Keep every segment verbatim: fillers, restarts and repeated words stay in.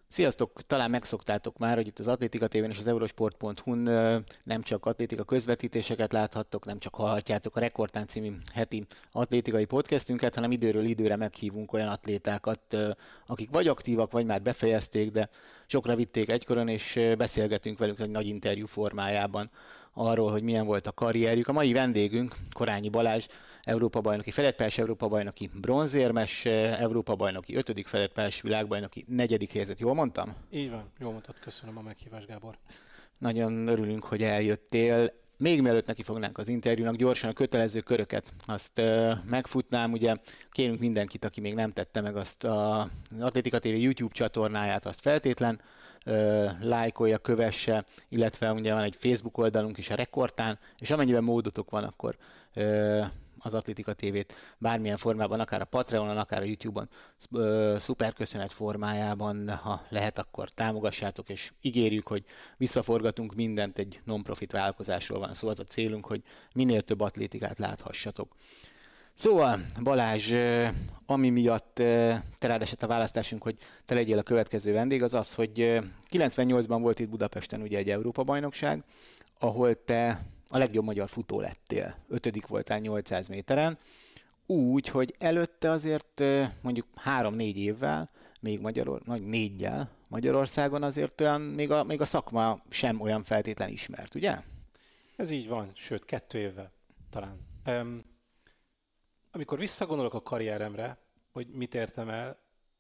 Sziasztok! Talán megszoktátok már, hogy itt az Atlétika tévén és az Eurosport pont hu-n nem csak atlétika közvetítéseket láthattok, nem csak hallhatjátok a Rekordtán című heti atlétikai podcastünket, hanem időről időre meghívunk olyan atlétákat, akik vagy aktívak, vagy már befejezték, de sokra vitték egykörön, és beszélgetünk velük egy nagy interjú formájában arról, hogy milyen volt a karrierjük. A mai vendégünk Korányi Balázs, Európa-bajnoki fedettpályás, Európa-bajnoki bronzérmes, Európa-bajnoki ötödik fedettpályás, világbajnoki negyedik helyzet. Jól mondtam? Így van, jól mondtad, köszönöm a meghívást, Gábor. Nagyon örülünk, hogy eljöttél. Még mielőtt neki fognánk az interjúnak, gyorsan a kötelező köröket, azt uh, megfutnám, ugye kérünk mindenkit, aki még nem tette meg azt a, az Atlétika té vé YouTube csatornáját, azt feltétlen uh, lájkolja, kövesse, illetve ugye van egy Facebook oldalunk is, a Rekordtán, és amennyiben módotok van, akkor uh, az Atlétika té vét bármilyen formában, akár a Patreonon, akár a YouTube-on szuper köszönet formájában, ha lehet, akkor támogassátok, és ígérjük, hogy visszaforgatunk mindent, egy non-profit vállalkozásról van szó, szóval az a célunk, hogy minél több atlétikát láthassatok. Szóval, Balázs, ami miatt te rád esett a választásunk, hogy te legyél a következő vendég, az az, hogy kilencvennyolcban volt itt Budapesten ugye egy Európa-bajnokság, ahol te a legjobb magyar futó lettél. Ötödik voltál nyolcszáz méteren. Úgy, hogy előtte azért mondjuk három-négy évvel, még Magyaror, nagy négyel Magyarországon azért olyan, még a, még a szakma sem olyan feltétlen ismert, ugye? Ez így van, sőt, kettő évvel talán. Um, amikor visszagondolok a karrieremre, hogy mit értem el,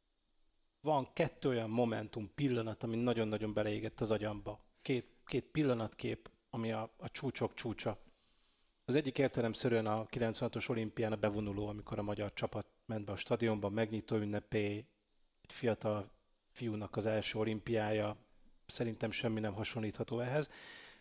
van kettő olyan momentum, pillanat, ami nagyon-nagyon beleégett az agyamba. Két, két pillanatkép, ami a, a csúcsok csúcsa. Az egyik értelemszerűen a kilencvenhatos olimpián a bevonuló, amikor a magyar csapat ment be a stadionba, megnyitó ünnepé, egy fiatal fiúnak az első olimpiája, szerintem semmi nem hasonlítható ehhez,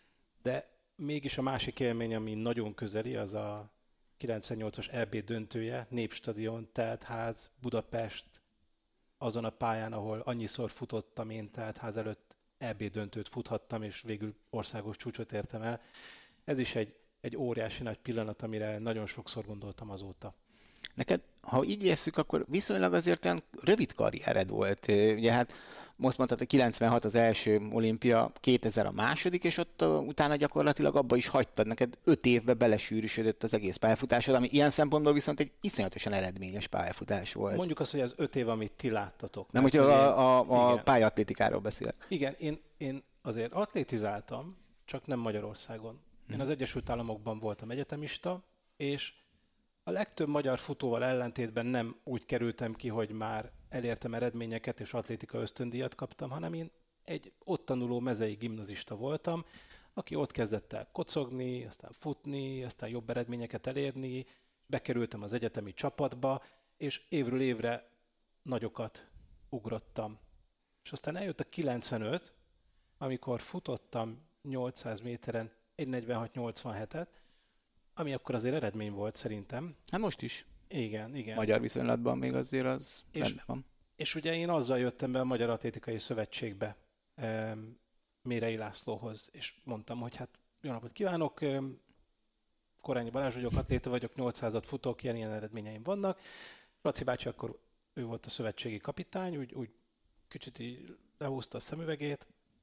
de mégis a másik élmény, ami nagyon közeli, az a kilencvennyolcas é bé döntője, Népstadion, teltház, Budapest, azon a pályán, ahol annyiszor futottam én teltház előtt, é bé döntőt futhattam, és végül országos csúcsot értem el. Ez is egy, egy óriási nagy pillanat, amire nagyon sokszor gondoltam azóta. Neked, ha így vesszük, akkor viszonylag azért olyan rövid karriered volt. Ugye hát most mondtad, hogy kilencvenhat az első olimpia, kétezer a második, és ott utána gyakorlatilag abba is hagytad. Neked öt évbe belesűrűsödött az egész pályafutásod, ami ilyen szempontból viszont egy iszonyatosan eredményes pályafutás volt. Mondjuk azt, hogy ez öt év, amit ti láttatok. Nem, hogyha a, a, a pályaatlétikáról beszélek. Igen, én, én azért atlétizáltam, csak nem Magyarországon. Én az Egyesült Államokban voltam egyetemista, és a legtöbb magyar futóval ellentétben nem úgy kerültem ki, hogy már elértem eredményeket és atlétika ösztöndíjat kaptam, hanem én egy ott tanuló mezei gimnazista voltam, aki ott kezdett el kocogni, aztán futni, aztán jobb eredményeket elérni, bekerültem az egyetemi csapatba, és évről évre nagyokat ugrottam. És aztán eljött a kilencvenöt, amikor futottam nyolcszáz méteren egy negyvenhat nyolcvanhetet, ami akkor azért eredmény volt szerintem. Hát most is. Igen, igen. Magyar viszonylatban még azért az és, rendben van. És ugye én azzal jöttem be a Magyar Atlétikai Szövetségbe um, Mérei Lászlóhoz, és mondtam, hogy hát jó napot kívánok, um, Korányi Balázs vagyok, atléta vagyok, nyolcszázat futok, ilyen, ilyen eredményeim vannak. Laci bácsi akkor ő volt a szövetségi kapitány, úgy, úgy kicsit így lehúzta a szemüvegét,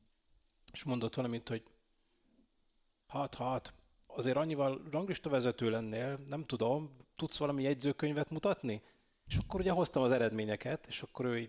és mondott valamit, hogy hat, hat, azért annyival ranglista vezető lennél, nem tudom, tudsz valami jegyzőkönyvet mutatni? És akkor ugye hoztam az eredményeket, és akkor ő így...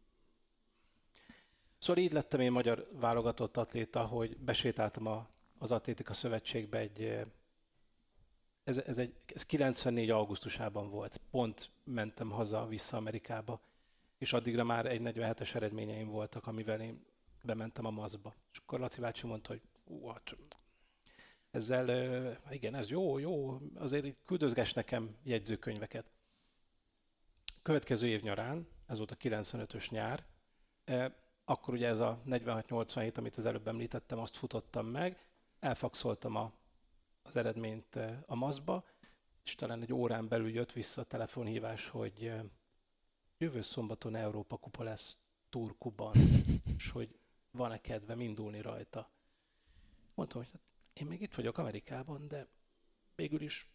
Szóval így lettem én magyar válogatott atléta, hogy besétáltam a, az Atlétika Szövetségbe egy... Ez, ez, egy, ez kilencvennégy augusztusában volt. Pont mentem haza, vissza Amerikába, és addigra már egy negyvenhetes eredményeim voltak, amivel én bementem a maszkba. És akkor Laci bácsi mondta, hogy what? Ezzel, igen, ez jó, jó, azért küldözgess nekem jegyzőkönyveket. Következő év nyarán, ez volt a kilencvenötös nyár, akkor ugye ez a negyvenhat nyolcvanhét, amit az előbb említettem, azt futottam meg, elfakszoltam a, az eredményt a maszkba, és talán egy órán belül jött vissza a telefonhívás, hogy jövő szombaton Európa kupa lesz Turkuban, és hogy van-e kedvem indulni rajta. Mondtam, hogy én még itt vagyok Amerikában, de végül is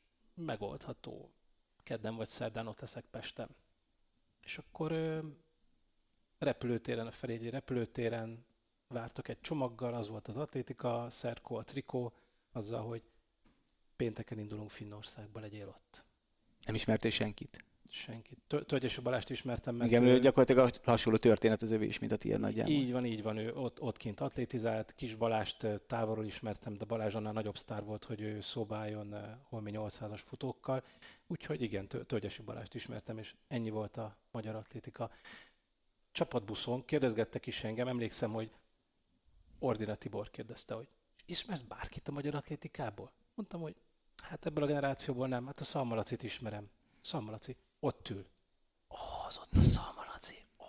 megoldható. Kedden vagy szerdán ott leszek Pesten. És akkor ö, repülőtéren, a Ferihegyi repülőtéren vártak egy csomaggal, az volt az atlétika, szerkó, a trikó, azzal, hogy pénteken indulunk Finnországba, legyél ott. Nem ismertél senkit? Senkit. Tölgyesi Balást ismertem meg. Igen, ő gyakorlatilag hasonló történet az övé is, mint a tiéd nagyjából. Így van, így van, ő ott, ott kint atlétizált, Kis Balást távolról ismertem, de Balázs annál nagyobb sztár volt, hogy ő szóba álljon holmi nyolcszázas futókkal. Úgyhogy igen, Tölgyesi Balást ismertem, és ennyi volt a magyar atlétika. Csapatbuszon kérdezgettek is engem, emlékszem, hogy Ordina Tibor kérdezte, hogy ismersz bárkit a magyar atlétikából? Mondtam, hogy hát ebből a generációból nem, hát a Szalma Lacit ismerem. Szalma Laci, ott ül. Ó, oh, az ott a Szalma Laci. Oh.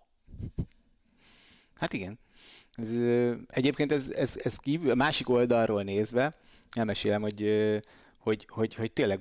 Hát igen. Ez, egyébként ez, ez, ez kívül, a másik oldalról nézve, elmesélem, hogy, hogy, hogy, hogy tényleg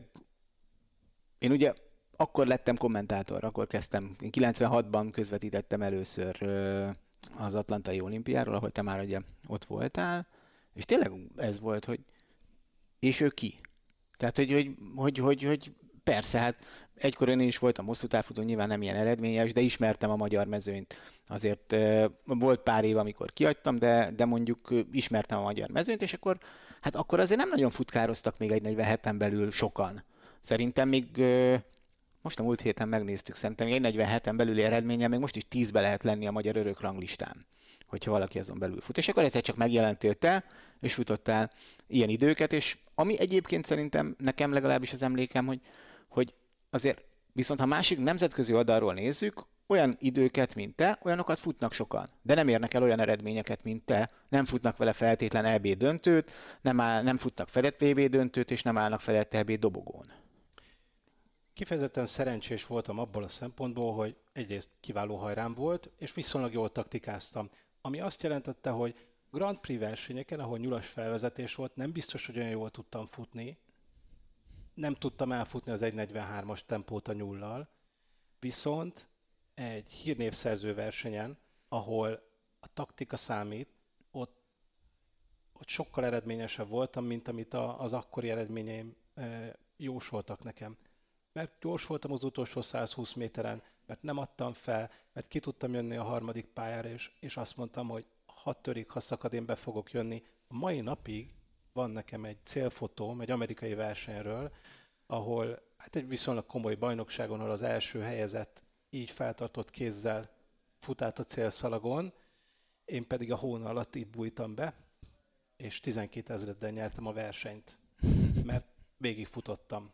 én ugye akkor lettem kommentátor, akkor kezdtem, én kilencvenhatban közvetítettem először az Atlantai Olimpiáról, ahol te már ugye ott voltál, és tényleg ez volt, hogy és ő ki? Tehát, hogy, hogy, hogy, hogy, hogy persze, hát egykor én is voltam hosszú távfutó, nyilván nem ilyen eredményes, de ismertem a magyar mezőnyt. Azért uh, volt pár év, amikor kihagytam, de, de mondjuk uh, ismertem a magyar mezőnyt, és akkor, hát akkor azért nem nagyon futkároztak még egy negyvenheten belül sokan. Szerintem még, uh, most a múlt héten megnéztük, szerintem egy negyvenheten belüli eredménye még most is tízbe lehet lenni a magyar örökranglistán, hogyha valaki azon belül fut. És akkor egyszer csak megjelentél te, és futottál ilyen időket, és ami egyébként szerintem nekem legalábbis az emlékem, hogy, hogy azért viszont ha másik nemzetközi oldalról nézzük, olyan időket, mint te, olyanokat futnak sokan, de nem érnek el olyan eredményeket, mint te, nem futnak vele feltétlen é bé döntőt, nem, áll, nem futnak felett vé bé döntőt, és nem állnak felett é bé dobogón. Kifejezetten szerencsés voltam abból a szempontból, hogy egyrészt kiváló hajrám volt, és viszonylag jól taktikáztam. Ami azt jelentette, hogy Grand Prix versenyeken, ahol nyulas felvezetés volt, nem biztos, hogy olyan jól tudtam futni. Nem tudtam elfutni az egy negyvenhármas tempót a nyullal, viszont egy hírnévszerző versenyen, ahol a taktika számít, ott, ott sokkal eredményesebb voltam, mint amit a, az akkori eredményeim e, jósoltak nekem. Mert gyors voltam az utolsó százhúsz méteren, mert nem adtam fel, mert ki tudtam jönni a harmadik pályára, és, és azt mondtam, hogy ha törik, ha szakad, én be fogok jönni. A mai napig van nekem egy célfotóm egy amerikai versenyről, ahol hát egy viszonylag komoly bajnokságon, ahol az első helyezett így feltartott kézzel fut át a célszalagon, én pedig a hóna alatt így bújtam be, és tizenkétezreddel nyertem a versenyt, mert végigfutottam.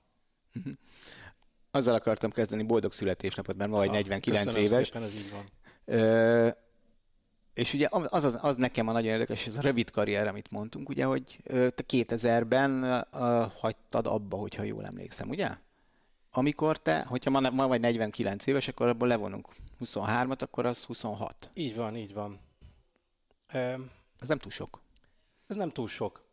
Azzal akartam kezdeni, boldog születésnapot, mert ma vagy negyvenkilenc köszönöm éves. Szépen, ez így van. Ö, és ugye az, az, az nekem a nagyon érdekes, ez a rövid karrier, amit mondtunk, ugye, hogy te kétezerben uh, hagytad abba, hogyha jól emlékszem, ugye? Amikor te, hogyha ma, ma vagy negyvenkilenc éves, akkor abból levonunk huszonhármat, akkor az huszonhat. Így van, így van. Ez nem túl sok. Ez nem túl sok.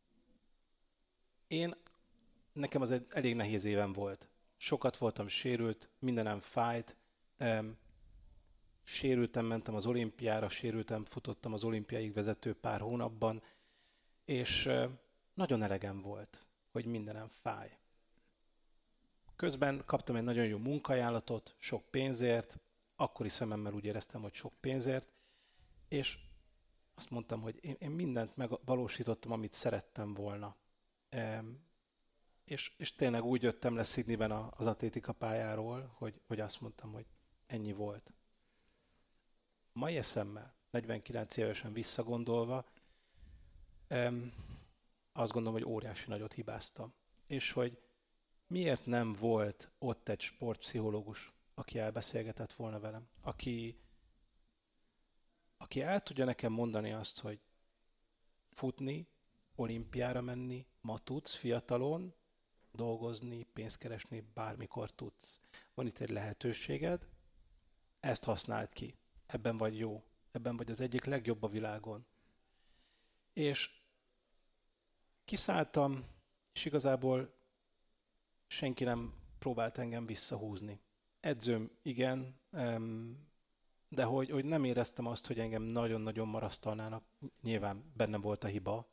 Én, nekem az egy elég nehéz évem volt. Sokat voltam sérült, mindenem fájt. Sérültem, mentem az olimpiára, sérültem, futottam az olimpiáig vezető pár hónapban, és nagyon elegem volt, hogy mindenem fáj. Közben kaptam egy nagyon jó munkaajánlatot, sok pénzért, akkori szememmel úgy éreztem, hogy sok pénzért, és azt mondtam, hogy én, én mindent megvalósítottam, amit szerettem volna. E, és, és tényleg úgy jöttem le Sydneyben az atlétika pályáról, hogy, hogy azt mondtam, hogy ennyi volt. Mai eszemmel, negyvenkilenc évesen visszagondolva, e, azt gondolom, hogy óriási nagyot hibáztam. És hogy miért nem volt ott egy sportpszichológus, aki elbeszélgetett volna velem, aki, aki el tudja nekem mondani azt, hogy futni, olimpiára menni, ma tudsz fiatalon, dolgozni, pénzt keresni, bármikor tudsz. Van itt egy lehetőséged, ezt használd ki, ebben vagy jó, ebben vagy az egyik legjobb a világon. És kiszálltam, és igazából senki nem próbált engem visszahúzni. Edzőm igen, de hogy, hogy nem éreztem azt, hogy engem nagyon-nagyon marasztalnának. Nyilván bennem volt a hiba.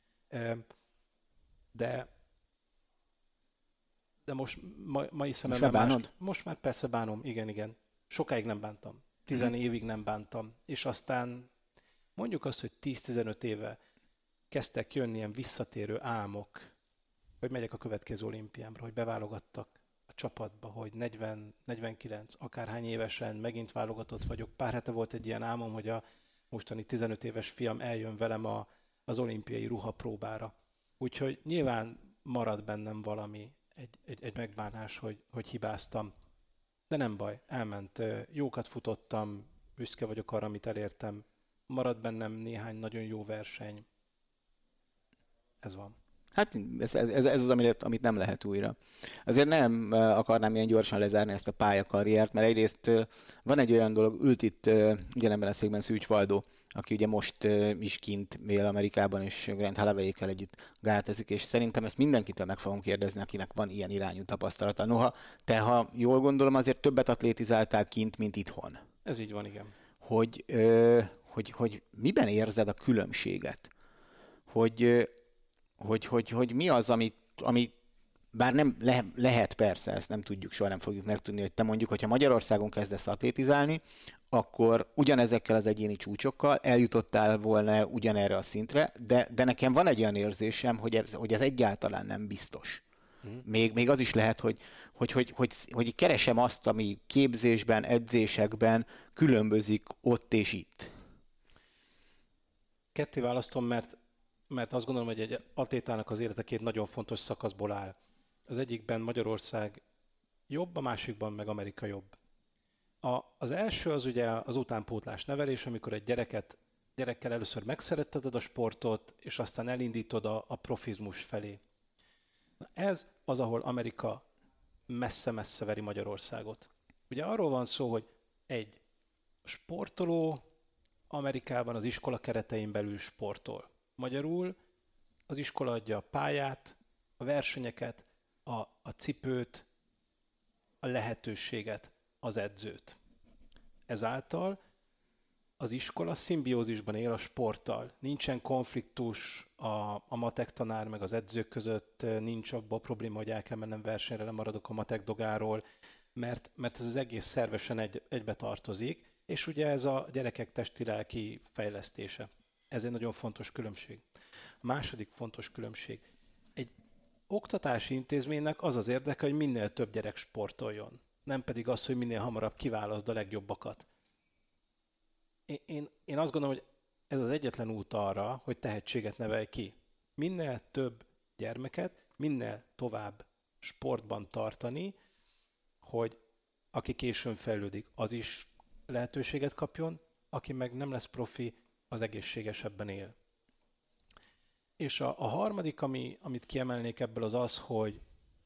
De, de most ma, mai szememben most már más, most már persze bánom, igen, igen. Sokáig nem bántam. Tizen évig nem bántam. És aztán mondjuk azt, hogy tíz-tizenöt éve kezdtek jönni ilyen visszatérő álmok, hogy megyek a következő olimpiámra, hogy beválogattak a csapatba, hogy negyven, negyvenkilenc, akárhány évesen megint válogatott vagyok. Pár hete volt egy ilyen álmom, hogy a mostani tizenöt éves fiam eljön velem a, az olimpiai ruhapróbára. Úgyhogy nyilván marad bennem valami, egy, egy, egy megbánás, hogy, hogy hibáztam. De nem baj, elment. Jókat futottam, büszke vagyok arra, amit elértem. Marad bennem néhány nagyon jó verseny. Ez van. Hát ez, ez, ez az, amit, amit nem lehet újra. Azért nem akarnám ilyen gyorsan lezárni ezt a pályakarriert, mert egyrészt van egy olyan dolog, ült itt ugyanebben a székben Szűcs Valdó, aki ugye most is kint él Amerikában, és Grant Holloway-ékkel együtt gáltezik, és szerintem ezt mindenkitől meg fogom kérdezni, akinek van ilyen irányú tapasztalata. Noha te, ha jól gondolom, azért többet atlétizáltál kint, mint itthon. Ez így van, igen. Hogy, hogy, hogy miben érzed a különbséget? Hogy... Hogy, hogy, hogy mi az, ami, ami bár nem le, lehet persze, ezt nem tudjuk, soha nem fogjuk megtudni, hogy te mondjuk, hogyha Magyarországon kezdesz atlétizálni, akkor ugyanezekkel az egyéni csúcsokkal eljutottál volna ugyanerre a szintre, de, de nekem van egy olyan érzésem, hogy ez, hogy ez egyáltalán nem biztos. Mm. Még, még az is lehet, hogy, hogy, hogy, hogy, hogy keresem azt, ami képzésben, edzésekben különbözik ott és itt. Ketté választom, mert mert azt gondolom, hogy egy atlétának az élete két nagyon fontos szakaszból áll. Az egyikben Magyarország jobb, a másikban meg Amerika jobb. A, az első az ugye az utánpótlás nevelés, amikor egy gyereket, gyerekkel először megszeretteted a sportot, és aztán elindítod a, a profizmus felé. Na ez az, ahol Amerika messze-messze veri Magyarországot. Ugye arról van szó, hogy egy sportoló Amerikában az iskola keretein belül sportol. Magyarul az iskola adja a pályát, a versenyeket, a, a cipőt, a lehetőséget, az edzőt. Ezáltal az iskola szimbiózisban él a sporttal. Nincsen konfliktus a, a matek tanár meg az edzők között, nincs abban probléma, hogy el kell mennem versenyre, lemaradok a matek dogáról, mert, mert ez az egész szervesen egy, egybe tartozik, és ugye ez a gyerekek testi-lelki fejlesztése. Ez egy nagyon fontos különbség. A második fontos különbség. Egy oktatási intézménynek az az érdeke, hogy minél több gyerek sportoljon. Nem pedig az, hogy minél hamarabb kiválaszd a legjobbakat. Én, én azt gondolom, hogy ez az egyetlen út arra, hogy tehetséget nevelj ki. Minél több gyermeket, minél tovább sportban tartani, hogy aki későn fejlődik, az is lehetőséget kapjon, aki meg nem lesz profi, az egészségesebben él. És a, a harmadik, ami, amit kiemelnék ebből, az az, hogy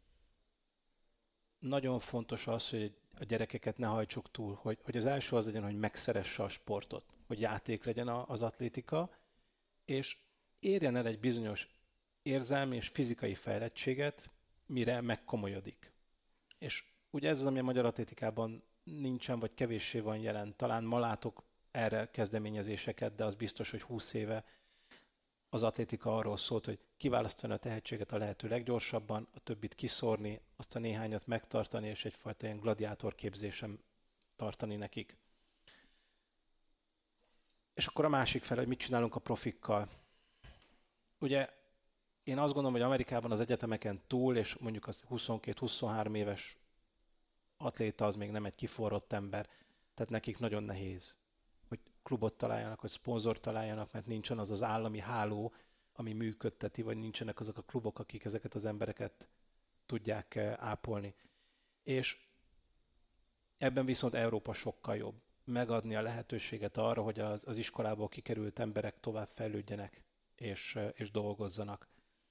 nagyon fontos az, hogy a gyerekeket ne hajtsuk túl, hogy, hogy az első az legyen, hogy megszeresse a sportot, hogy játék legyen a, az atlétika, és érjen el egy bizonyos érzelmi és fizikai fejlettséget, mire megkomolyodik. És ugye ez az, ami a magyar atlétikában nincsen, vagy kevéssé van jelen. Talán ma látok erre kezdeményezéseket, de az biztos, hogy húsz éve az atlétika arról szólt, hogy kiválasztani a tehetséget a lehető leggyorsabban, a többit kiszórni, azt a néhányat megtartani, és egyfajta ilyen gladiátor képzésem tartani nekik. És akkor a másik fel, hogy mit csinálunk a profikkal. Ugye én azt gondolom, hogy Amerikában az egyetemeken túl, és mondjuk az huszonkét-huszonhárom éves atléta az még nem egy kiforrott ember, tehát nekik nagyon nehéz, hogy klubot találjanak, hogy szponzort találjanak, mert nincsen az az állami háló, ami működteti, vagy nincsenek azok a klubok, akik ezeket az embereket tudják ápolni. És ebben viszont Európa sokkal jobb. Megadni a lehetőséget arra, hogy az, az iskolából kikerült emberek tovább fejlődjenek és, és dolgozzanak.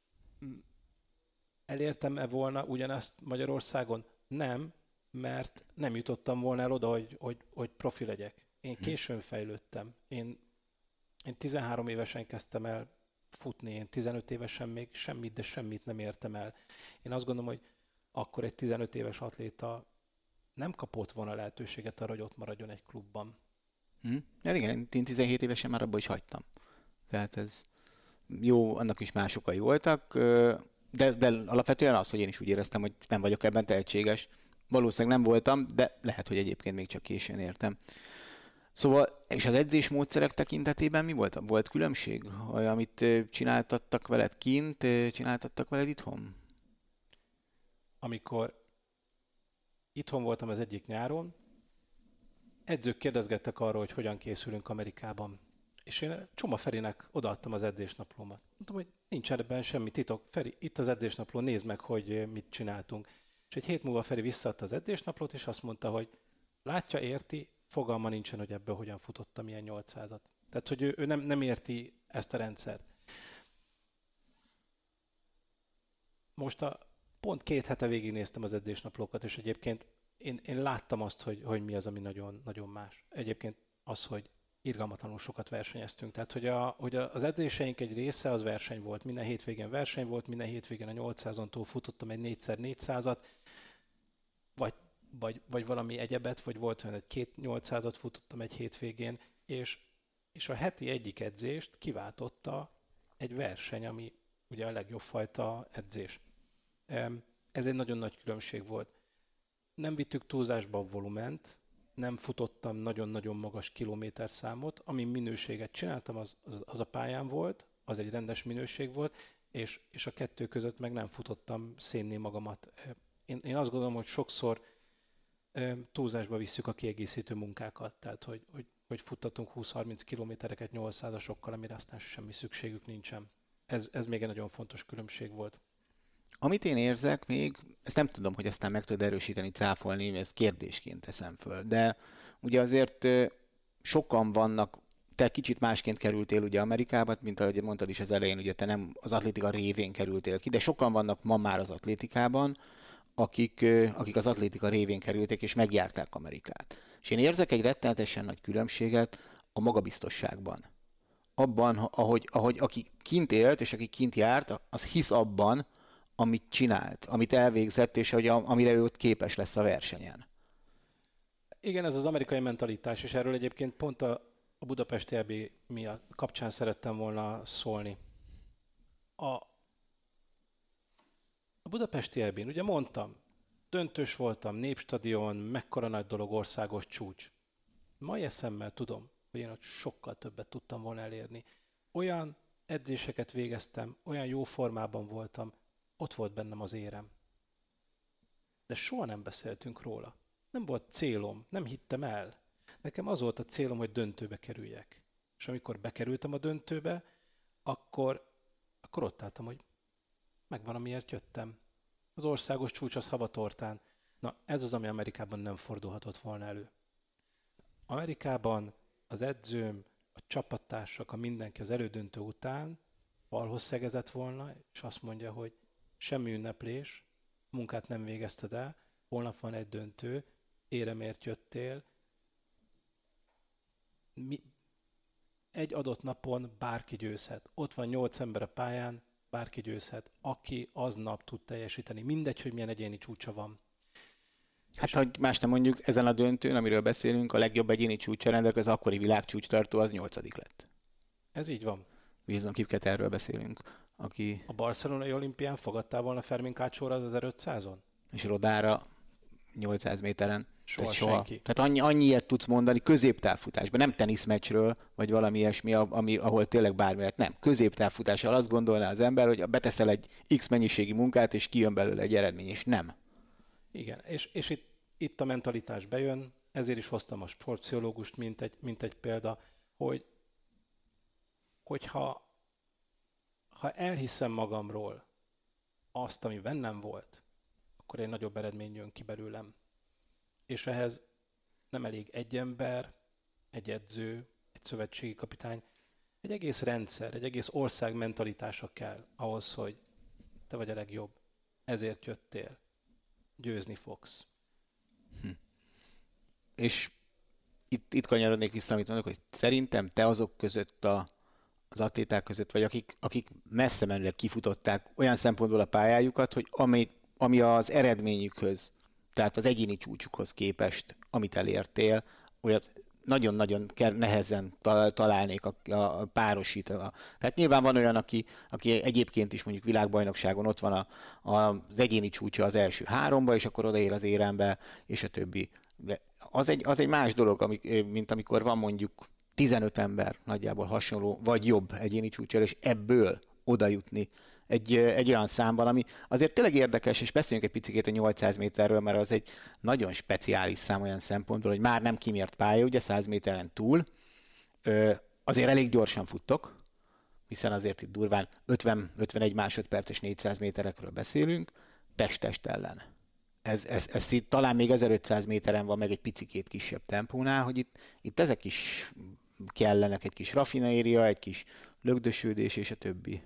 Elértem-e volna ugyanezt Magyarországon? Nem, mert nem jutottam volna el oda, hogy, hogy, hogy profi legyek. Én későn fejlődtem. Én, én tizenhárom évesen kezdtem el futni, én tizenöt évesen még semmit, de semmit nem értem el. Én azt gondolom, hogy akkor egy tizenöt éves atléta nem kapott volna lehetőséget arra, hogy ott maradjon egy klubban. Hm. Ja, igen, én tizenhét évesen már abba is hagytam. Tehát ez jó, annak is más okai voltak, de, de alapvetően az, hogy én is úgy éreztem, hogy nem vagyok ebben tehetséges. Valószínűleg nem voltam, de lehet, hogy egyébként még csak későn értem. Szóval, és az edzésmódszerek tekintetében mi volt? Volt különbség? Amit csináltattak veled kint, csináltattak veled itthon? Amikor itthon voltam az egyik nyáron, edzők kérdezgettek arról, hogy hogyan készülünk Amerikában. És én Csoma Ferinek odaadtam az edzésnaplómat. Mondtam, hogy nincs ebben semmi titok. Feri, itt az edzésnapló, nézd meg, hogy mit csináltunk. És egy hét múlva Feri visszaadta az edzésnaplót, és azt mondta, hogy látja, érti, fogalma nincsen, hogy ebből hogyan futottam ilyen nyolcszázat. Tehát, hogy ő, ő nem, nem érti ezt a rendszert. Most a, pont két hete végignéztem az edzésnaplókat, és egyébként én, én láttam azt, hogy, hogy mi az, ami nagyon, nagyon más. Egyébként az, hogy irgalmatlanul sokat versenyeztünk. Tehát, hogy, a, hogy az edzéseink egy része az verseny volt. Minden hétvégén verseny volt, minden hétvégén a nyolcszázon túl futottam egy négyszer négyszázat, vagy, vagy, vagy valami egyebet, vagy volt olyan egy két nyolcszázat futottam egy hétvégén, és, és a heti egyik edzést kiváltotta egy verseny, ami ugye a legjobb fajta edzés. Ez egy nagyon nagy különbség volt. Nem vittük túlzásba a volument, nem futottam nagyon-nagyon magas kilométerszámot, ami minőséget csináltam, az, az, az a pályán volt, az egy rendes minőség volt, és, és a kettő között meg nem futottam szénné magamat. Én, én azt gondolom, hogy sokszor túlzásba visszük a kiegészítő munkákat, tehát hogy, hogy, hogy futtatunk húsz-harminc kilométereket nyolcszázasokkal, amire aztán semmi szükségük nincsen. Ez, ez még egy nagyon fontos különbség volt. Amit én érzek még, ezt nem tudom, hogy aztán meg tudod erősíteni, cáfolni, ez kérdésként teszem föl, de ugye azért sokan vannak, te kicsit másként kerültél ugye Amerikába, mint ahogy mondtad is az elején, ugye te nem az atlétika révén kerültél ki, de sokan vannak ma már az atlétikában, akik, akik az atlétika révén kerültek és megjárták Amerikát. És én érzek egy rettenetesen nagy különbséget a magabiztosságban. Abban, ahogy, ahogy aki kint élt és aki kint járt, az hisz abban, amit csinált, amit elvégzett, és hogy a, amire ő ott képes lesz a versenyen. Igen, ez az amerikai mentalitás, és erről egyébként pont a, a Budapesti é bé miatt kapcsán szerettem volna szólni. A, a Budapesti é bén, ugye mondtam, döntős voltam, Népstadion, mekkora nagy dolog, országos csúcs. Mai eszemmel tudom, hogy én ott sokkal többet tudtam volna elérni. Olyan edzéseket végeztem, olyan jó formában voltam, ott volt bennem az érem. De soha nem beszéltünk róla. Nem volt célom, nem hittem el. Nekem az volt a célom, hogy döntőbe kerüljek. És amikor bekerültem a döntőbe, akkor, akkor ott álltam, hogy megvan, amiért jöttem. Az országos csúcs az havatortán. Na, ez az, ami Amerikában nem fordulhatott volna elő. Amerikában az edzőm, a csapattársak, a mindenki az elődöntő után falhoz szegezett volna, és azt mondja, hogy semmi ünneplés, munkát nem végezted el, holnap van egy döntő, éremért jöttél. Mi, egy adott napon bárki győzhet. Ott van nyolc ember a pályán, bárki győzhet. Aki aznap tud teljesíteni. Mindegy, hogy milyen egyéni csúcsa van. Hát, és hogy más nem mondjuk, ezen a döntőn, amiről beszélünk, a legjobb egyéni csúcsa rendelkező, az akkori világcsúcstartó az nyolcadik lett. Ez így van. Wilson Kipket, erről beszélünk. Aki... A barcelonai olimpián fogadtál volna Fermin Kácsóra az ezerötszázon? És Rodára nyolcszáz méteren. Soha, soha. senki. Tehát annyi, annyi ilyet tudsz mondani középtávfutásban, nem teniszmeccsről, vagy valami ilyesmi, ami, ahol tényleg bármi lehet. Nem, középtávfutással azt gondolná az ember, hogy beteszel egy X mennyiségi munkát, és kijön belőle egy eredmény, és nem. Igen, és, és itt, itt a mentalitás bejön, ezért is hoztam a sportpszichológust, mint egy, mint egy példa, hogy hogyha ha elhiszem magamról azt, ami bennem volt, akkor egy nagyobb eredmény jön ki belőlem. És ehhez nem elég egy ember, egy edző, egy szövetségi kapitány, egy egész rendszer, egy egész ország mentalitása kell ahhoz, hogy te vagy a legjobb. Ezért jöttél. Győzni fogsz. Hm. És itt, itt kanyarodnék vissza, amit mondok, hogy szerintem te azok között a az atléták között, vagy akik, akik messze menőleg kifutották olyan szempontból a pályájukat, hogy ami, ami az eredményükhöz, tehát az egyéni csúcsukhoz képest, amit elértél, olyat nagyon-nagyon nehezen találnék a, a párosítva. Tehát nyilván van olyan, aki, aki egyébként is mondjuk világbajnokságon ott van a, a, az egyéni csúcsa az első háromba, és akkor odaér az érembe, és a többi De az egy, az egy más dolog, amik, mint amikor van mondjuk tizenöt ember nagyjából hasonló, vagy jobb egyéni csúcsra, és ebből oda jutni egy, egy olyan számban, ami azért tényleg érdekes, és beszéljünk egy picit a nyolcszáz méterről, mert az egy nagyon speciális szám olyan szempontból, hogy már nem kimért pálya, ugye száz méteren túl, ö, azért elég gyorsan futtok, hiszen azért itt durván ötven-ötvenegy másodperces négyszáz méterekről beszélünk, test-test ellen. Ez, ez, ez itt talán még ezerötszáz méteren van meg egy picikét kisebb tempónál, hogy itt, itt ezek is kellenek, egy kis raffinéria, egy kis lögdösödés és a többi.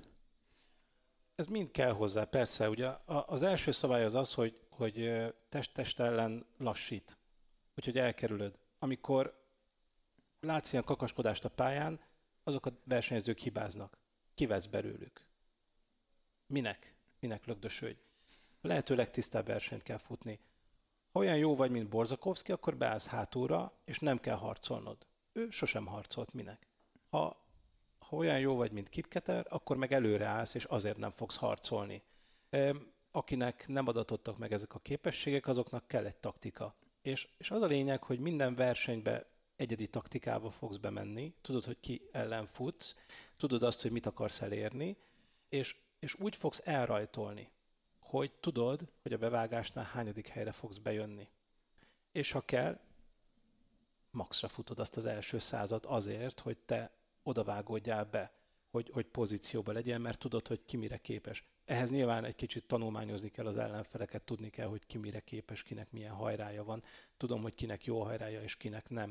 Ez mind kell hozzá, persze. Ugye az első szabály az az, hogy, hogy test-test ellen lassít, úgyhogy elkerülöd. Amikor látsz ilyen kakaskodást a pályán, azok a versenyzők hibáznak. Kivesz belőlük. Minek? Minek lögdösödj? A lehető legtisztább versenyt kell futni. Ha olyan jó vagy, mint Borzakovszky, akkor beállsz hátulra, és nem kell harcolnod. Ő sosem harcolt, minek. Ha, ha olyan jó vagy, mint Kipketer, akkor meg előre állsz, és azért nem fogsz harcolni. Akinek nem adatottak meg ezek a képességek, azoknak kell egy taktika. És, és az a lényeg, hogy minden versenybe egyedi taktikába fogsz bemenni, tudod, hogy ki ellen futsz, tudod azt, hogy mit akarsz elérni, és, és úgy fogsz elrajtolni, hogy tudod, hogy a bevágásnál hányadik helyre fogsz bejönni. És ha kell, maxra futod azt az első százat azért, hogy te odavágódjál be, hogy, hogy pozícióba legyen, mert tudod, hogy ki mire képes. Ehhez nyilván egy kicsit tanulmányozni kell az ellenfeleket, tudni kell, hogy ki mire képes, kinek milyen hajrája van. Tudom, hogy kinek jó hajrája és kinek nem.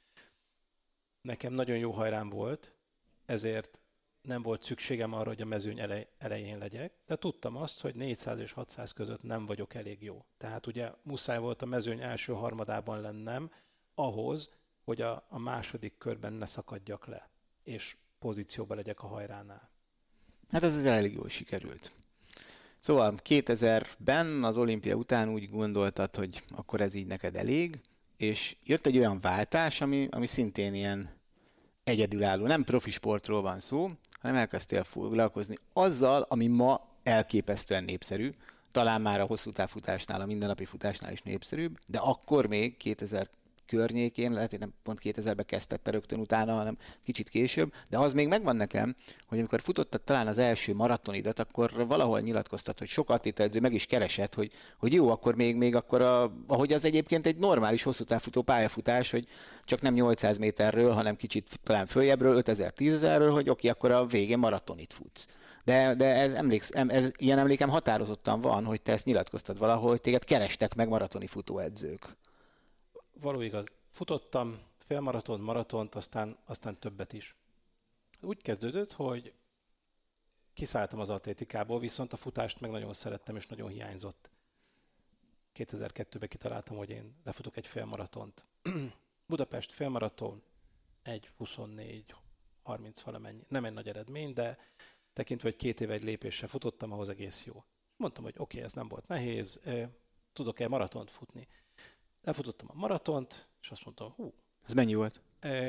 Nekem nagyon jó hajrám volt, ezért nem volt szükségem arra, hogy a mezőny elej, elején legyek, de tudtam azt, hogy négyszáz és hatszáz között nem vagyok elég jó. Tehát ugye muszáj volt a mezőny első harmadában lennem ahhoz, hogy a, a második körben ne szakadjak le, és pozícióba legyek a hajránál. Hát ez azért elég jól sikerült. Szóval kétezerben az olimpia után úgy gondoltad, hogy akkor ez így neked elég, és jött egy olyan váltás, ami, ami szintén ilyen egyedülálló. Nem profi sportról van szó, hanem elkezdtél foglalkozni azzal, ami ma elképesztően népszerű, talán már a hosszú távfutásnál, a mindennapi futásnál is népszerűbb, de akkor még kétezer környékén, lehet, hogy nem pont kétezerben kezdtette rögtön utána, hanem kicsit később, de az még megvan nekem, hogy amikor futottad talán az első maratonidat, akkor valahol nyilatkoztat, hogy sok atlétaedző meg is keresett, hogy, hogy jó, akkor még, még akkor, a, ahogy az egyébként egy normális hosszú távfutó pályafutás, hogy csak nem nyolcszáz méterről, hanem kicsit talán följebbről, ötezer, tízezerről, hogy oké, akkor a végén maratonit futsz. De, de ez, emléksz, ez, ilyen emlékem határozottan van, hogy te ezt nyilatkoztad valahol, hogy téged kerestek meg maratoni futóedzők. Való igaz. Futottam félmaraton, maratont, aztán, aztán többet is. Úgy kezdődött, hogy kiszálltam az atlétikából, viszont a futást meg nagyon szerettem, és nagyon hiányzott. kétezer-kettőben kitaláltam, hogy én lefutok egy félmaratont. Budapest félmaraton, egy huszonnégy harminc valamennyi. Nem egy nagy eredmény, de tekintve, hogy két éve egy lépéssel futottam, ahhoz egész jó. Mondtam, hogy oké, okay, ez nem volt nehéz, tudok-e maratont futni. Lefutottam a maratont, és azt mondtam, hú. Ez mennyi volt?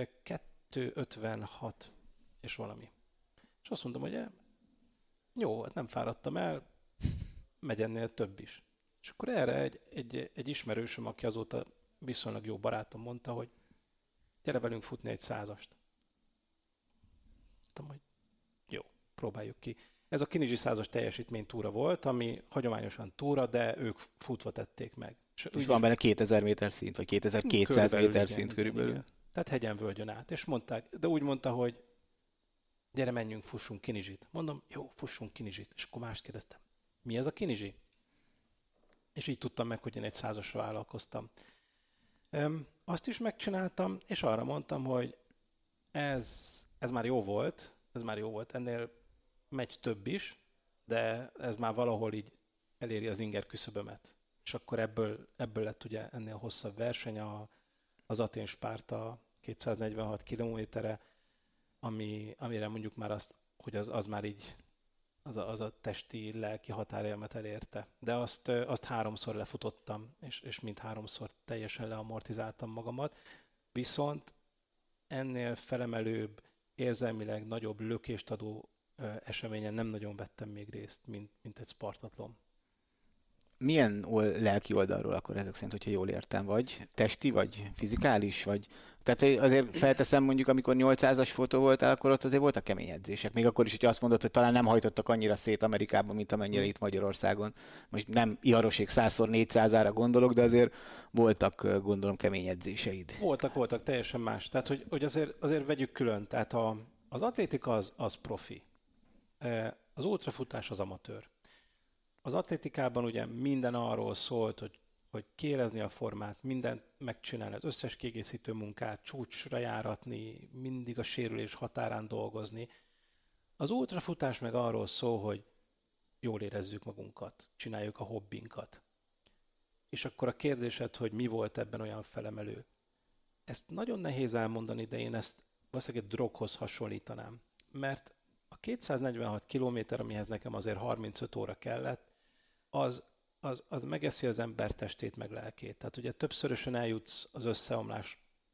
kettő ötvenhat és valami. És azt mondtam, hogy jó, hát nem fáradtam el, megy ennél több is. És akkor erre egy, egy, egy ismerősöm, aki azóta viszonylag jó barátom mondta, hogy gyere velünk futni egy százast. Mondtam, hogy jó, próbáljuk ki. Ez a Kinizsi százas teljesítmény túra volt, ami hagyományosan túra, de ők futva tették meg. És, és van benne kétezer méter szint, vagy kétezer-kétszáz méter igen, szint körülbelül. Igen. Tehát hegyen völgyön át. És mondták, de úgy mondta, hogy gyere, menjünk, fussunk Kinizsit. Mondom, jó, fussunk Kinizsit. És akkor mást kérdeztem, mi ez a Kinizsi? És így tudtam meg, hogy én egy százasra vállalkoztam. Öm, azt is megcsináltam, és arra mondtam, hogy ez, ez már jó volt, ez már jó volt, ennél megy több is, de ez már valahol így eléri az inger küszöbömet. És akkor ebből, ebből lett ugye ennél hosszabb verseny, a, az Atén-Spárta kétszáznegyvenhat kilométere, ami, amire mondjuk már azt, hogy az, az már így az a, az a testi, lelki határélmet elérte. De azt, azt háromszor lefutottam, és, és mind háromszor teljesen leamortizáltam magamat. Viszont ennél felemelőbb, érzelmileg nagyobb lökést adó eseményen nem nagyon vettem még részt, mint, mint egy Spartatlon. milyen ol, lelki oldalról akkor ezek szerint, hogyha jól értem, vagy testi, vagy fizikális, vagy... Tehát azért felteszem mondjuk, amikor nyolcszázas fotó voltál, akkor ott azért voltak kemény edzések. Még akkor is, hogy azt mondod, hogy talán nem hajtottak annyira szét Amerikában, mint amennyire itt Magyarországon. Most nem Iharosék százszor négyszázára gondolok, de azért voltak, gondolom, kemény edzéseid. Voltak, voltak, teljesen más. Tehát, hogy, hogy azért, azért vegyük külön. Tehát a, az atlétika az, az profi. Az ultrafutás az amatőr. Az atlétikában ugye minden arról szólt, hogy, hogy kiélezni a formát, mindent megcsinálni, az összes kiegészítő munkát, csúcsra járatni, mindig a sérülés határán dolgozni. Az ultrafutás meg arról szól, hogy jól érezzük magunkat, csináljuk a hobbinkat. És akkor a kérdésed, hogy mi volt ebben olyan felemelő. Ezt nagyon nehéz elmondani, de én ezt valószínűleg egy droghoz hasonlítanám. Mert a kétszáznegyvenhat kilométer, amihez nekem azért harmincöt óra kellett, az, az, az megeszi az ember testét, meg lelkét. Tehát ugye többszörösen eljutsz az összeomláson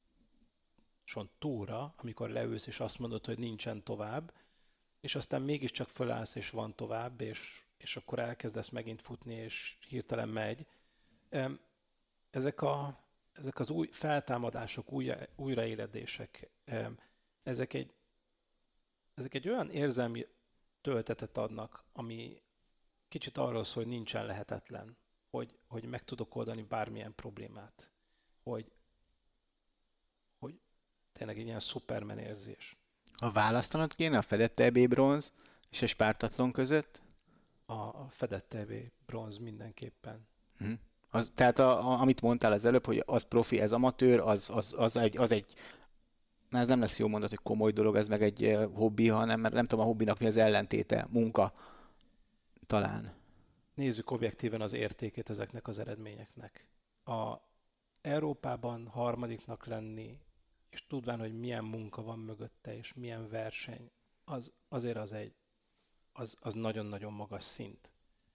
túlra, amikor leülsz, és azt mondod, hogy nincsen tovább, és aztán mégiscsak fölállsz, és van tovább, és, és akkor elkezdesz megint futni, és hirtelen megy. Ezek, a, ezek az új feltámadások, új, újraéledések, ezek egy, ezek egy olyan érzelmi töltetet adnak, ami kicsit arról szól, hogy nincsen lehetetlen, hogy, hogy meg tudok oldani bármilyen problémát, hogy, hogy tényleg egy ilyen szupermen érzés. Ha választanod kéne a fedett é bé bronz és a spártatlon között? A, a fedett é bé bronz mindenképpen. Hm. Az, tehát a, a, amit mondtál az előbb, hogy az profi, ez amatőr, az, az, az, egy, az egy, na ez nem lesz jó mondat, hogy komoly dolog, ez meg egy uh, hobbi, hanem mert nem tudom a hobbinak mi az ellentéte, munka talán. Nézzük objektíven az értékét ezeknek az eredményeknek. A Európában harmadiknak lenni, és tudván, hogy milyen munka van mögötte, és milyen verseny, az, azért az egy, az, az nagyon-nagyon magas szint.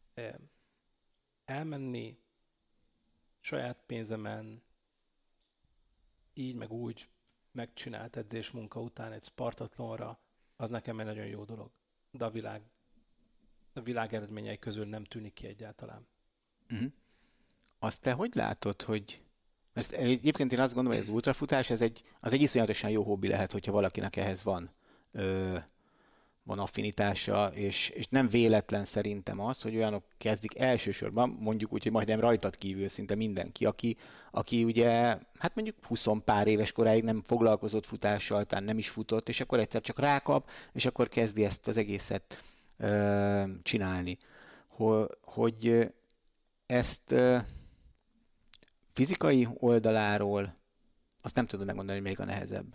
Elmenni saját pénzemen, így meg úgy megcsinált edzésmunka után egy Spartatlonra, az nekem egy nagyon jó dolog. De a világ, a világ eredményei közül nem tűnik ki egyáltalán. Uh-huh. Azt te hogy látod, hogy... Mert egyébként én azt gondolom, hogy az ultrafutás ez egy, az egy iszonyatosan jó hobbi lehet, hogyha valakinek ehhez van, ö, van affinitása, és, és nem véletlen szerintem az, hogy olyanok kezdik elsősorban, mondjuk úgy, hogy majdnem rajtad kívül szinte mindenki, aki, aki ugye, hát mondjuk húsz pár éves koráig nem foglalkozott futással, talán nem is futott, és akkor egyszer csak rákap, és akkor kezdi ezt az egészet ö, csinálni. Hogy, hogy ezt... Ö, fizikai oldaláról azt nem tudom megmondani, hogy még a nehezebb.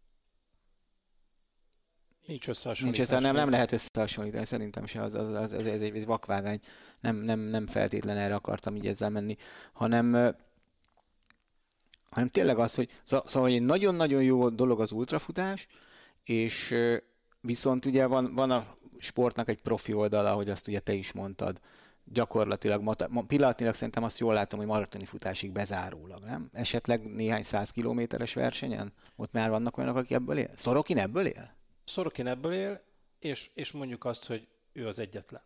Nincs összehasonlítás. Nincs össze, nem, nem lehet összehasonlítani, szerintem se, az, az, az, az, ez egy, egy vakvágány. Nem, nem, nem feltétlen erre akartam így ezzel menni, hanem, hanem tényleg az, hogy szóval egy nagyon-nagyon jó dolog az ultrafutás, és viszont ugye van, van a sportnak egy profi oldala, ahogy azt ugye te is mondtad, gyakorlatilag, pillanatnyilag szerintem azt jól látom, hogy maratoni futásig bezárólag, nem? Esetleg néhány száz kilométeres versenyen? Ott már vannak olyanok, akik ebből él? Szorokin ebből él? Szorokin ebből él, és, és mondjuk azt, hogy ő az egyetlen.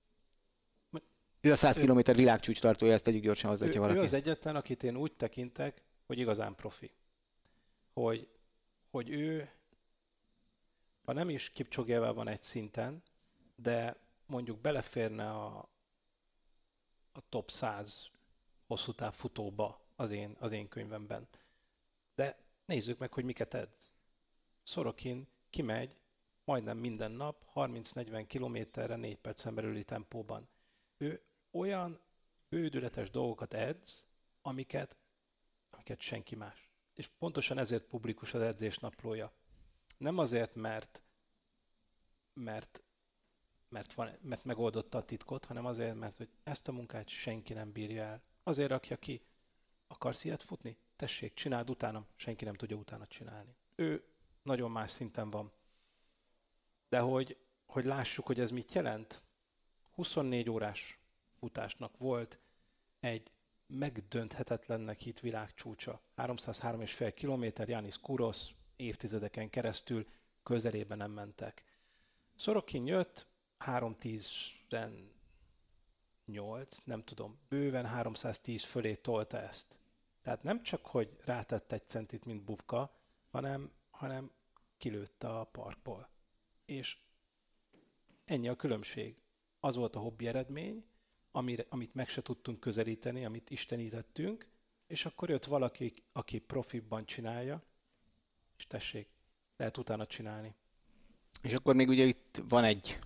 Ő a száz kilométer világcsúcs tartója, ezt tegyük gyorsan hozzá, hogyha valaki. Ő az egyetlen, akit én úgy tekintek, hogy igazán profi. Hogy, hogy ő, ha nem is Kipcsogével van egy szinten, de mondjuk beleférne a a top száz hosszú táv futóba az én, az én könyvemben. De nézzük meg, hogy miket edz. Szorokin kimegy majdnem minden nap harminc-negyven kilométerre négy percen belüli tempóban. Ő olyan bődületes dolgokat edz, amiket, amiket senki más. És pontosan ezért publikus az edzésnaplója. Nem azért, mert mert Mert, van, mert megoldotta a titkot, hanem azért, mert hogy ezt a munkát senki nem bírja el. Azért rakja ki. Akarsz ilyet futni? Tessék, csináld utánam. Senki nem tudja utána csinálni. Ő nagyon más szinten van. De hogy, hogy lássuk, hogy ez mit jelent. huszonnégy órás futásnak volt egy megdönthetetlennek hit világcsúcsa. háromszázhárom egész öt kilométer, Jánisz Kouros, évtizedeken keresztül közelében nem mentek. Szorokin jött, három tízen nyolc, nem tudom, bőven háromszáztíz fölé tolta ezt. Tehát nem csak, hogy rátett egy centit, mint Bubka, hanem, hanem kilőtte a parkból. És ennyi a különbség. Az volt a hobbi eredmény, amire, amit meg se tudtunk közelíteni, amit istenítettünk, és akkor jött valaki, aki profibban csinálja, és tessék, lehet utána csinálni. És akkor még ugye itt van egy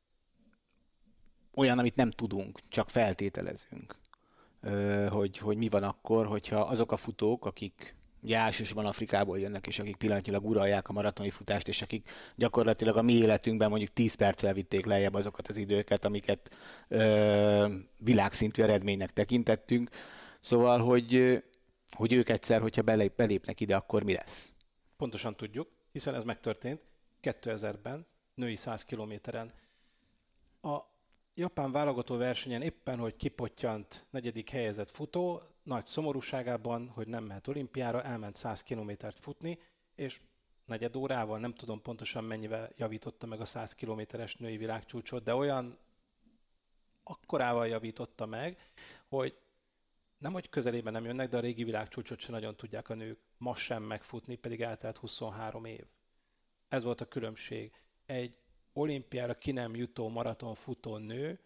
olyan, amit nem tudunk, csak feltételezünk, hogy, hogy mi van akkor, hogyha azok a futók, akik ugye elsősorban Afrikából jönnek, és akik pillanatnyilag uralják a maratoni futást, és akik gyakorlatilag a mi életünkben mondjuk tíz perccel vitték lejjebb azokat az időket, amiket ö, világszintű eredménynek tekintettünk. Szóval, hogy, hogy ők egyszer, hogyha belép, belépnek ide, akkor mi lesz? Pontosan tudjuk, hiszen ez megtörtént kétezerben, női száz kilométeren. A japán válogató versenyen éppen, hogy kipottyant negyedik helyezett futó, nagy szomorúságában, hogy nem mehet olimpiára, elment száz kilométert futni, és negyed órával, nem tudom pontosan mennyivel javította meg a száz kilométeres női világcsúcsot, de olyan akkorával javította meg, hogy nem, hogy közelében nem jönnek, de a régi világcsúcsot sem nagyon tudják a nők ma sem megfutni, pedig eltelt huszonhárom év. Ez volt a különbség. Egy olimpiára ki nem jutó maraton futó nő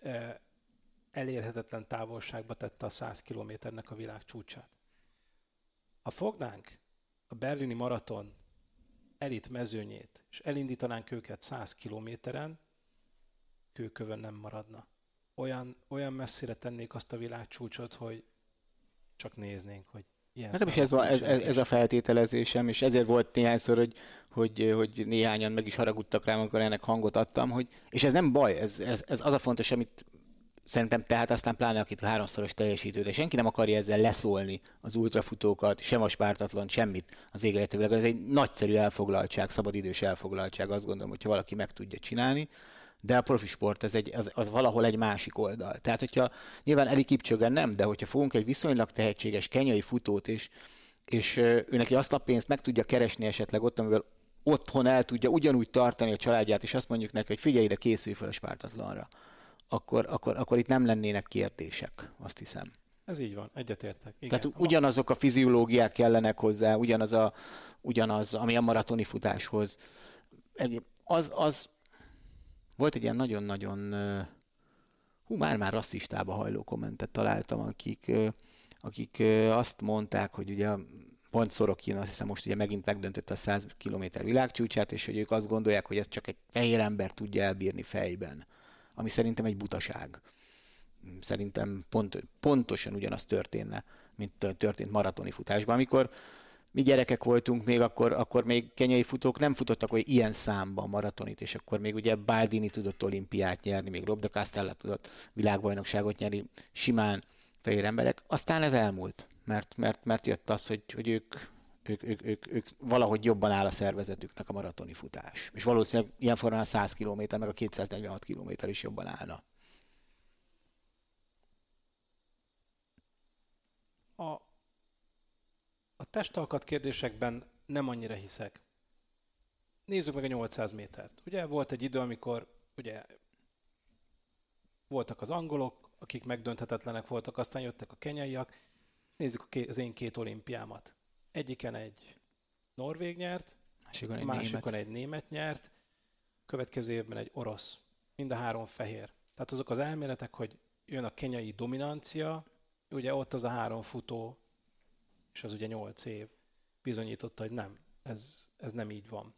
elérhetetlen távolságba tette a száz kilométernek a világcsúcsát. Ha fognánk a berlini maraton elit mezőnyét, és elindítanánk őket száz kilométeren, kőkövön nem maradna. Olyan, olyan messzire tennék azt a világcsúcsot, hogy csak néznénk, hogy ilyen Hát nem is ez, van, ez, ez, ez a feltételezésem, és ezért volt néhányszor, hogy, hogy, hogy néhányan meg is haragudtak rám, amikor ennek hangot adtam, hogy, és ez nem baj, ez, ez, ez az a fontos, amit szerintem tehát aztán pláne akit háromszoros teljesítő, de senki nem akarja ezzel leszólni az ultrafutókat, sem a spártatlan, semmit az égéletével. Ez egy nagyszerű elfoglaltság, szabadidős elfoglaltság, azt gondolom, hogyha valaki meg tudja csinálni. De a profi sport az, egy, az, az valahol egy másik oldal. Tehát, hogyha nyilván Eli Kipchoge nem, de hogyha fogunk egy viszonylag tehetséges kenyai futót, és, és ő neki azt a pénzt meg tudja keresni esetleg ott, amivel otthon el tudja ugyanúgy tartani a családját, és azt mondjuk neki, hogy figyelj ide, készülj fel a spártatlanra, akkor, akkor, akkor itt nem lennének kérdések, azt hiszem. Ez így van, egyetértek. Igen. Tehát ugyanazok a fiziológiák kellenek hozzá, ugyanaz, a, ugyanaz ami a maratoni futáshoz. Az, az volt egy ilyen nagyon-nagyon, hú, már-már rasszistába hajló kommentet találtam, akik, akik azt mondták, hogy ugye pont Szorokin, azt hiszem most ugye megint megdöntötte a száz kilométer világcsúcsát, és hogy ők azt gondolják, hogy ezt csak egy fehér ember tudja elbírni fejben, ami szerintem egy butaság. Szerintem pont, pontosan ugyanaz történne, mint történt maratoni futásban. Amikor mi gyerekek voltunk még, akkor, akkor még kenyai futók nem futottak olyan ilyen számban maratonit, és akkor még ugye Baldini tudott olimpiát nyerni, még Rob de Castella tudott világbajnokságot nyerni, simán fehér emberek. Aztán ez elmúlt, mert, mert, mert jött az, hogy, hogy ők, ők, ők, ők, ők valahogy jobban áll a szervezetüknek a maratoni futás. És valószínűleg ilyen formán a száz kilométer, meg a kétszáznegyvenhat kilométer is jobban állna. A A testalkat kérdésekben nem annyira hiszek. Nézzük meg a nyolcszáz métert. Ugye volt egy idő, amikor ugye voltak az angolok, akik megdönthetetlenek voltak, aztán jöttek a kenyaiak. Nézzük az én két olimpiámat. Egyiken egy norvég nyert, másikon egy, másikon német. egy német nyert, következő évben egy orosz. Mind a három fehér. Tehát azok az elméletek, hogy jön a kenyai dominancia, ugye ott az a három futó, és az ugye nyolc év, bizonyította, hogy nem, ez, ez nem így van.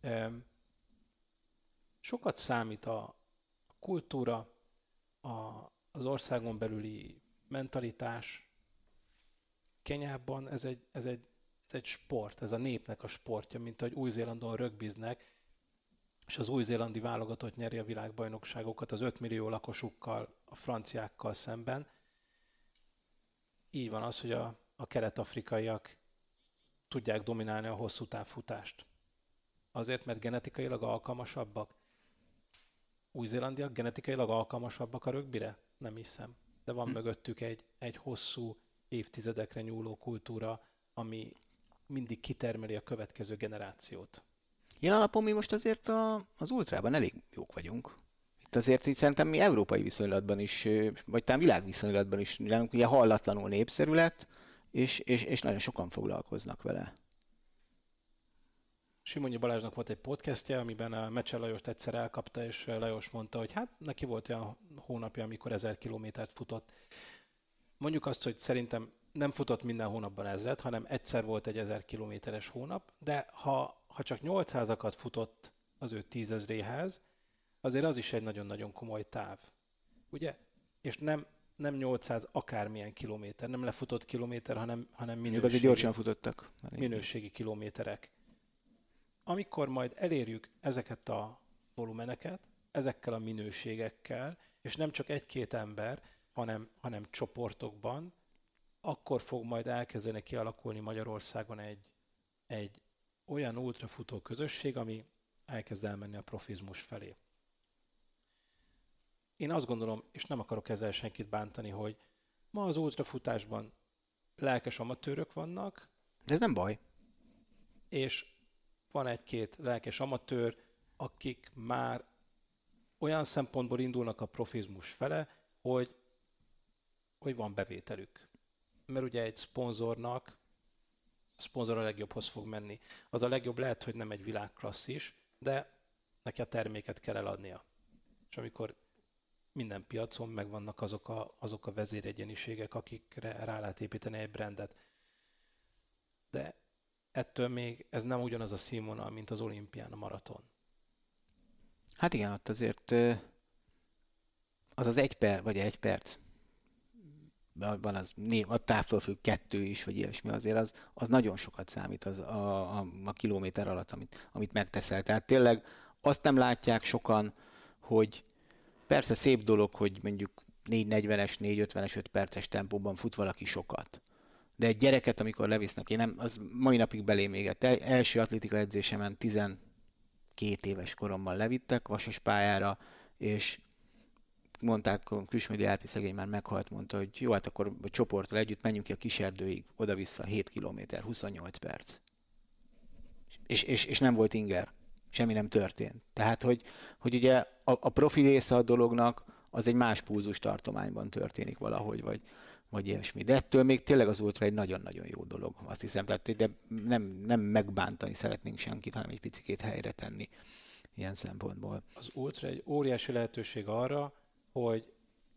Sokat számít a kultúra, a, az országon belüli mentalitás. Kenyában ez egy, ez, egy, ez egy sport, ez a népnek a sportja, mint ahogy Új-Zélandon rögbiznek, és az új-zélandi válogatott nyeri a világbajnokságokat az öt millió lakosukkal, a franciákkal szemben. Így van az, hogy a a kelet-afrikaiak tudják dominálni a hosszú távfutást. Azért, mert genetikailag alkalmasabbak. Új-zélandiak genetikailag alkalmasabbak a rögbire? Nem hiszem. De van hm. mögöttük egy, egy hosszú évtizedekre nyúló kultúra, ami mindig kitermeli a következő generációt. Ilyen alapon mi most azért a, az ultrában elég jók vagyunk. azért így szerintem mi európai viszonylatban is, vagy talán világviszonylatban is nálunk ugye hallatlanul népszerű lett, és, és, és nagyon sokan foglalkoznak vele. Simonyi Balázsnak volt egy podcastje, amiben a Mecsel Lajost egyszer elkapta, és Lajos mondta, hogy hát neki volt olyan hónapja, amikor ezer kilométert futott. Mondjuk azt, hogy szerintem nem futott minden hónapban ezret, hanem egyszer volt egy ezer kilométeres hónap, de ha, ha csak nyolcszázakat futott az ő tízezréhez, azért az is egy nagyon-nagyon komoly táv. Ugye? És nem, nem nyolcszáz akármilyen kilométer, nem lefutott kilométer, hanem, hanem minőségi, azért gyorsan futottak. minőségi kilométerek. Amikor majd elérjük ezeket a volumeneket, ezekkel a minőségekkel, és nem csak egy-két ember, hanem, hanem csoportokban, akkor fog majd elkezdeni kialakulni Magyarországon egy, egy olyan ultrafutó közösség, ami elkezd elmenni a profizmus felé. Én azt gondolom, és nem akarok ezzel senkit bántani, hogy ma az ultrafutásban lelkes amatőrök vannak. De ez nem baj. És van egy-két lelkes amatőr, akik már olyan szempontból indulnak a profizmus fele, hogy, hogy van bevételük. Mert ugye egy szponzornak, a szponzor a legjobbhoz fog menni. Az a legjobb lehet, hogy nem egy világklasszis, de neki a terméket kell eladnia. És amikor minden piacon megvannak azok a, azok a vezéregyeniségek, akikre rá lehet építeni egy brandet. De ettől még ez nem ugyanaz a színvonal, mint az olimpián a maraton. Hát igen, ott azért az az egy perc, vagy egy perc, van az, a távtól függ kettő is, vagy ilyesmi, azért az, az nagyon sokat számít az a, a, a kilométer alatt, amit, amit megteszel. Tehát tényleg azt nem látják sokan, hogy persze szép dolog, hogy mondjuk négy negyvenes, négy ötvenes, öt perces tempóban fut valaki sokat. De egy gyereket, amikor levisznek, én nem, az mai napig belém égett. El, első atlétika edzésemen tizenkét éves koromban levittek vasas pályára, és mondták, a Küsmödi Árpi szegény már meghalt, mondta, hogy jó, hát akkor a csoporttal együtt menjünk ki a Kiserdőig, oda-vissza hét kilométer, huszonnyolc perc. És, és, és nem volt inger. Semmi nem történt. Tehát, hogy, hogy ugye a, a profi része a dolognak az egy más pulzus tartományban történik valahogy, vagy, vagy ilyesmi. De ettől még tényleg az ultra egy nagyon-nagyon jó dolog, azt hiszem. Tehát, de nem, nem megbántani szeretnénk senkit, hanem egy picikét helyre tenni ilyen szempontból. Az ultra egy óriási lehetőség arra, hogy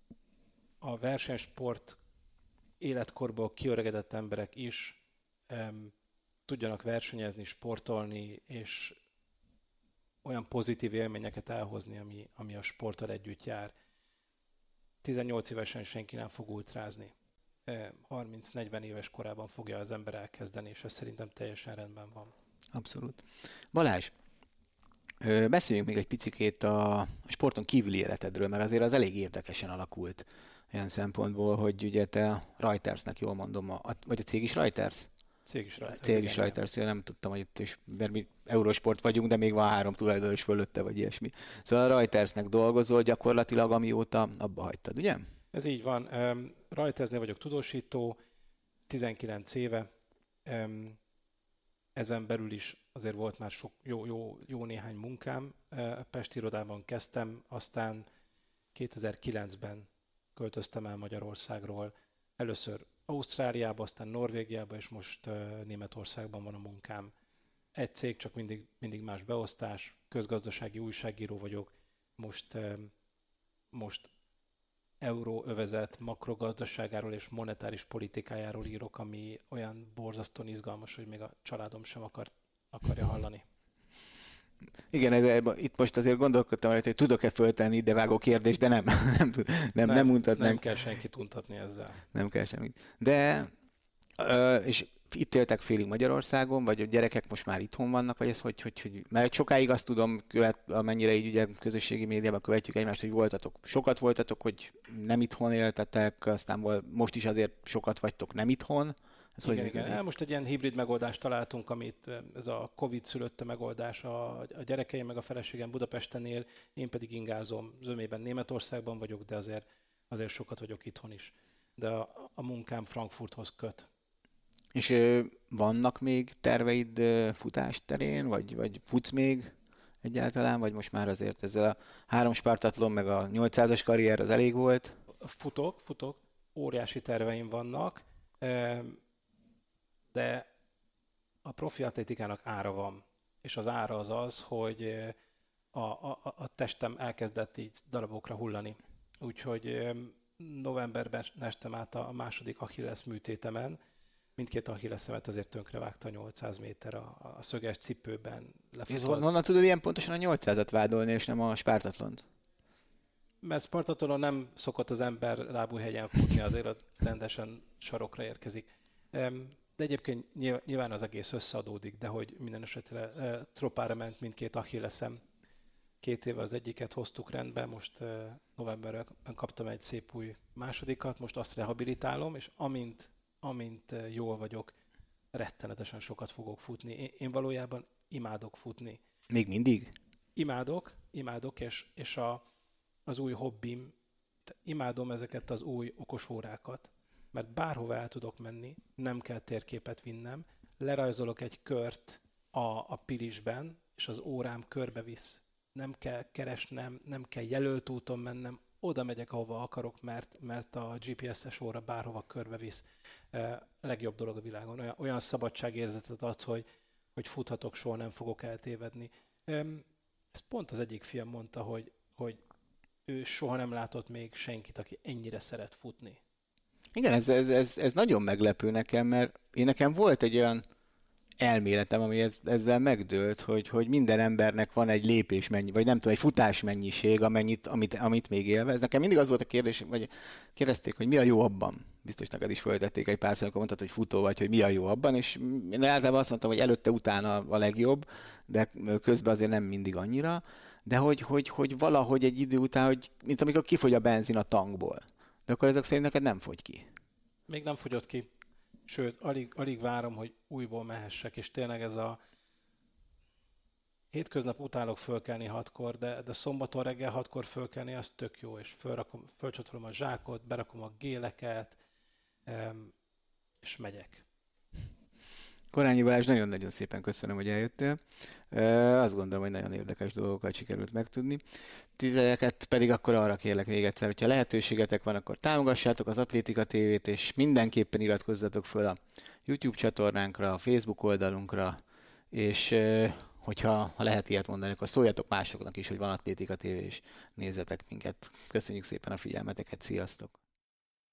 a versenysport életkorból kiöregedett emberek is em, tudjanak versenyezni, sportolni, és olyan pozitív élményeket elhozni, ami, ami a sporttal együtt jár. tizennyolc évesen senki nem fog ultrázni. harminc-negyven éves korában fogja az ember elkezdeni, és ez szerintem teljesen rendben van. Abszolút. Balázs, beszéljünk még egy picikét a sporton kívüli életedről, mert azért az elég érdekesen alakult olyan szempontból, hogy ugye te Reutersnek, jól mondom, a, vagy a cég is Reuters? Cég is Reuters. Cég is Reuters, én nem tudtam, hogy itt is, mert mi Eurosport vagyunk, de még van három tulajdonos fölötte, vagy ilyesmi. Szóval a Reutersnek dolgozol gyakorlatilag, amióta abba hagytad, ugye? Ez így van. Reutersnél vagyok tudósító, tizenkilenc éve. Ezen belül is azért volt már sok, jó, jó, jó néhány munkám. Pesti irodában kezdtem, aztán kétezer-kilencben költöztem el Magyarországról. Először Ausztráliába, aztán Norvégiába, és most uh, Németországban van a munkám. Egy cég, csak mindig, mindig más beosztás, közgazdasági újságíró vagyok. Most, uh, most euróövezet makrogazdaságáról és monetáris politikájáról írok, ami olyan borzasztóan izgalmas, hogy még a családom sem akar, akarja hallani. Igen, ez, itt most azért gondolkodtam, hogy tudok-e föltenni idevágó kérdést, de nem. nem, nem, nem, nem, nem kell senkit untatni ezzel. Nem kell semmit. De, és itt éltek félig Magyarországon, vagy a gyerekek most már itthon vannak, vagy ez hogy, hogy, hogy mert sokáig azt tudom, követ, amennyire így ugye közösségi médiában követjük egymást, hogy voltatok. Sokat voltatok, hogy nem itthon éltetek, aztán most is azért sokat vagytok nem itthon. Ez igen, igen. El most egy ilyen hibrid megoldást találtunk, amit ez a Covid szülötte megoldás. A, a gyerekeim meg a feleségem Budapesten él, én pedig ingázom. Zömében Németországban vagyok, de azért, azért sokat vagyok itthon is. De a, a munkám Frankfurthoz köt. És ö, vannak még terveid ö, futás terén, vagy, vagy futsz még egyáltalán, vagy most már azért ezzel a három Spartatlon meg a nyolcszázas karrier az elég volt? Futok, futok, óriási terveim vannak, de a profi atlétikának ára van, és az ára az az, hogy a, a, a testem elkezdett így darabokra hullani. Úgyhogy novemberben estem át a második Achilles műtétemen, mindkét Achilleszemet azért tönkrevágta nyolcszáz méter a, a szöges cipőben. És honnan tudod ilyen pontosan a nyolcszázat vádolni, és nem a Spartatlont? Mert Spartatlonon nem szokott az ember lábújhegyen futni, azért rendesen sarokra érkezik. De egyébként nyilván az egész összeadódik, de hogy minden esetre tropára ment mindkét Achilleszem. Két éve az egyiket hoztuk rendbe, most novemberben kaptam egy szép új másodikat, most azt rehabilitálom, és amint, amint jól vagyok, rettenetesen sokat fogok futni. Én, én valójában imádok futni. Még mindig? Imádok, imádok, és, és a, az új hobbim, imádom ezeket az új okos órákat, mert bárhova el tudok menni, nem kell térképet vinnem, lerajzolok egy kört a, a pilisben, és az órám körbevisz. Nem kell keresnem, nem kell jelölt úton mennem, oda megyek, ahova akarok, mert, mert a gé pé es-es óra bárhova körbevisz. E, legjobb dolog a világon. Olyan, olyan szabadságérzetet ad, hogy, hogy futhatok, soha nem fogok eltévedni. E, ez pont az egyik fiam mondta, hogy, hogy ő soha nem látott még senkit, aki ennyire szeret futni. Igen, ez, ez, ez, ez nagyon meglepő nekem, mert én nekem volt egy olyan elméletem, ami ez, ezzel megdőlt, hogy, hogy minden embernek van egy lépés mennyi, vagy nem tudom, egy futás mennyiség, amennyit, amit, amit még élvez. Nekem mindig az volt a kérdés, vagy kérdezték, hogy mi a jó abban. Biztos neked is föltették egy párszor, amikor mondtad, hogy futó vagy, hogy mi a jó abban, és én általában azt mondtam, hogy előtte, utána a legjobb, de közben azért nem mindig annyira, de hogy, hogy, hogy valahogy egy idő után, hogy, mint amikor kifogy a benzin a tankból. De akkor ezek szerint neked nem fogy ki. Még nem fogyott ki. Sőt, alig, alig várom, hogy újból mehessek, és tényleg ez a hétköznap utálok fölkelni hatkor, de, de szombaton reggel hatkor fölkelni, az tök jó, és fölrakom, fölcsatolom a zsákot, berakom a géleket, és megyek. Korányi Balázs, nagyon-nagyon szépen köszönöm, hogy eljöttél. Azt gondolom, hogy nagyon érdekes dolgokat sikerült megtudni. Titeket pedig akkor arra kérlek még egyszer, hogyha lehetőségetek van, akkor támogassátok az Atlétika té vét, és mindenképpen iratkozzatok föl a YouTube csatornánkra, a Facebook oldalunkra, és hogyha ha lehet ilyet mondani, akkor szóljatok másoknak is, hogy van Atlétika té vé, és nézzetek minket. Köszönjük szépen a figyelmeteket, sziasztok!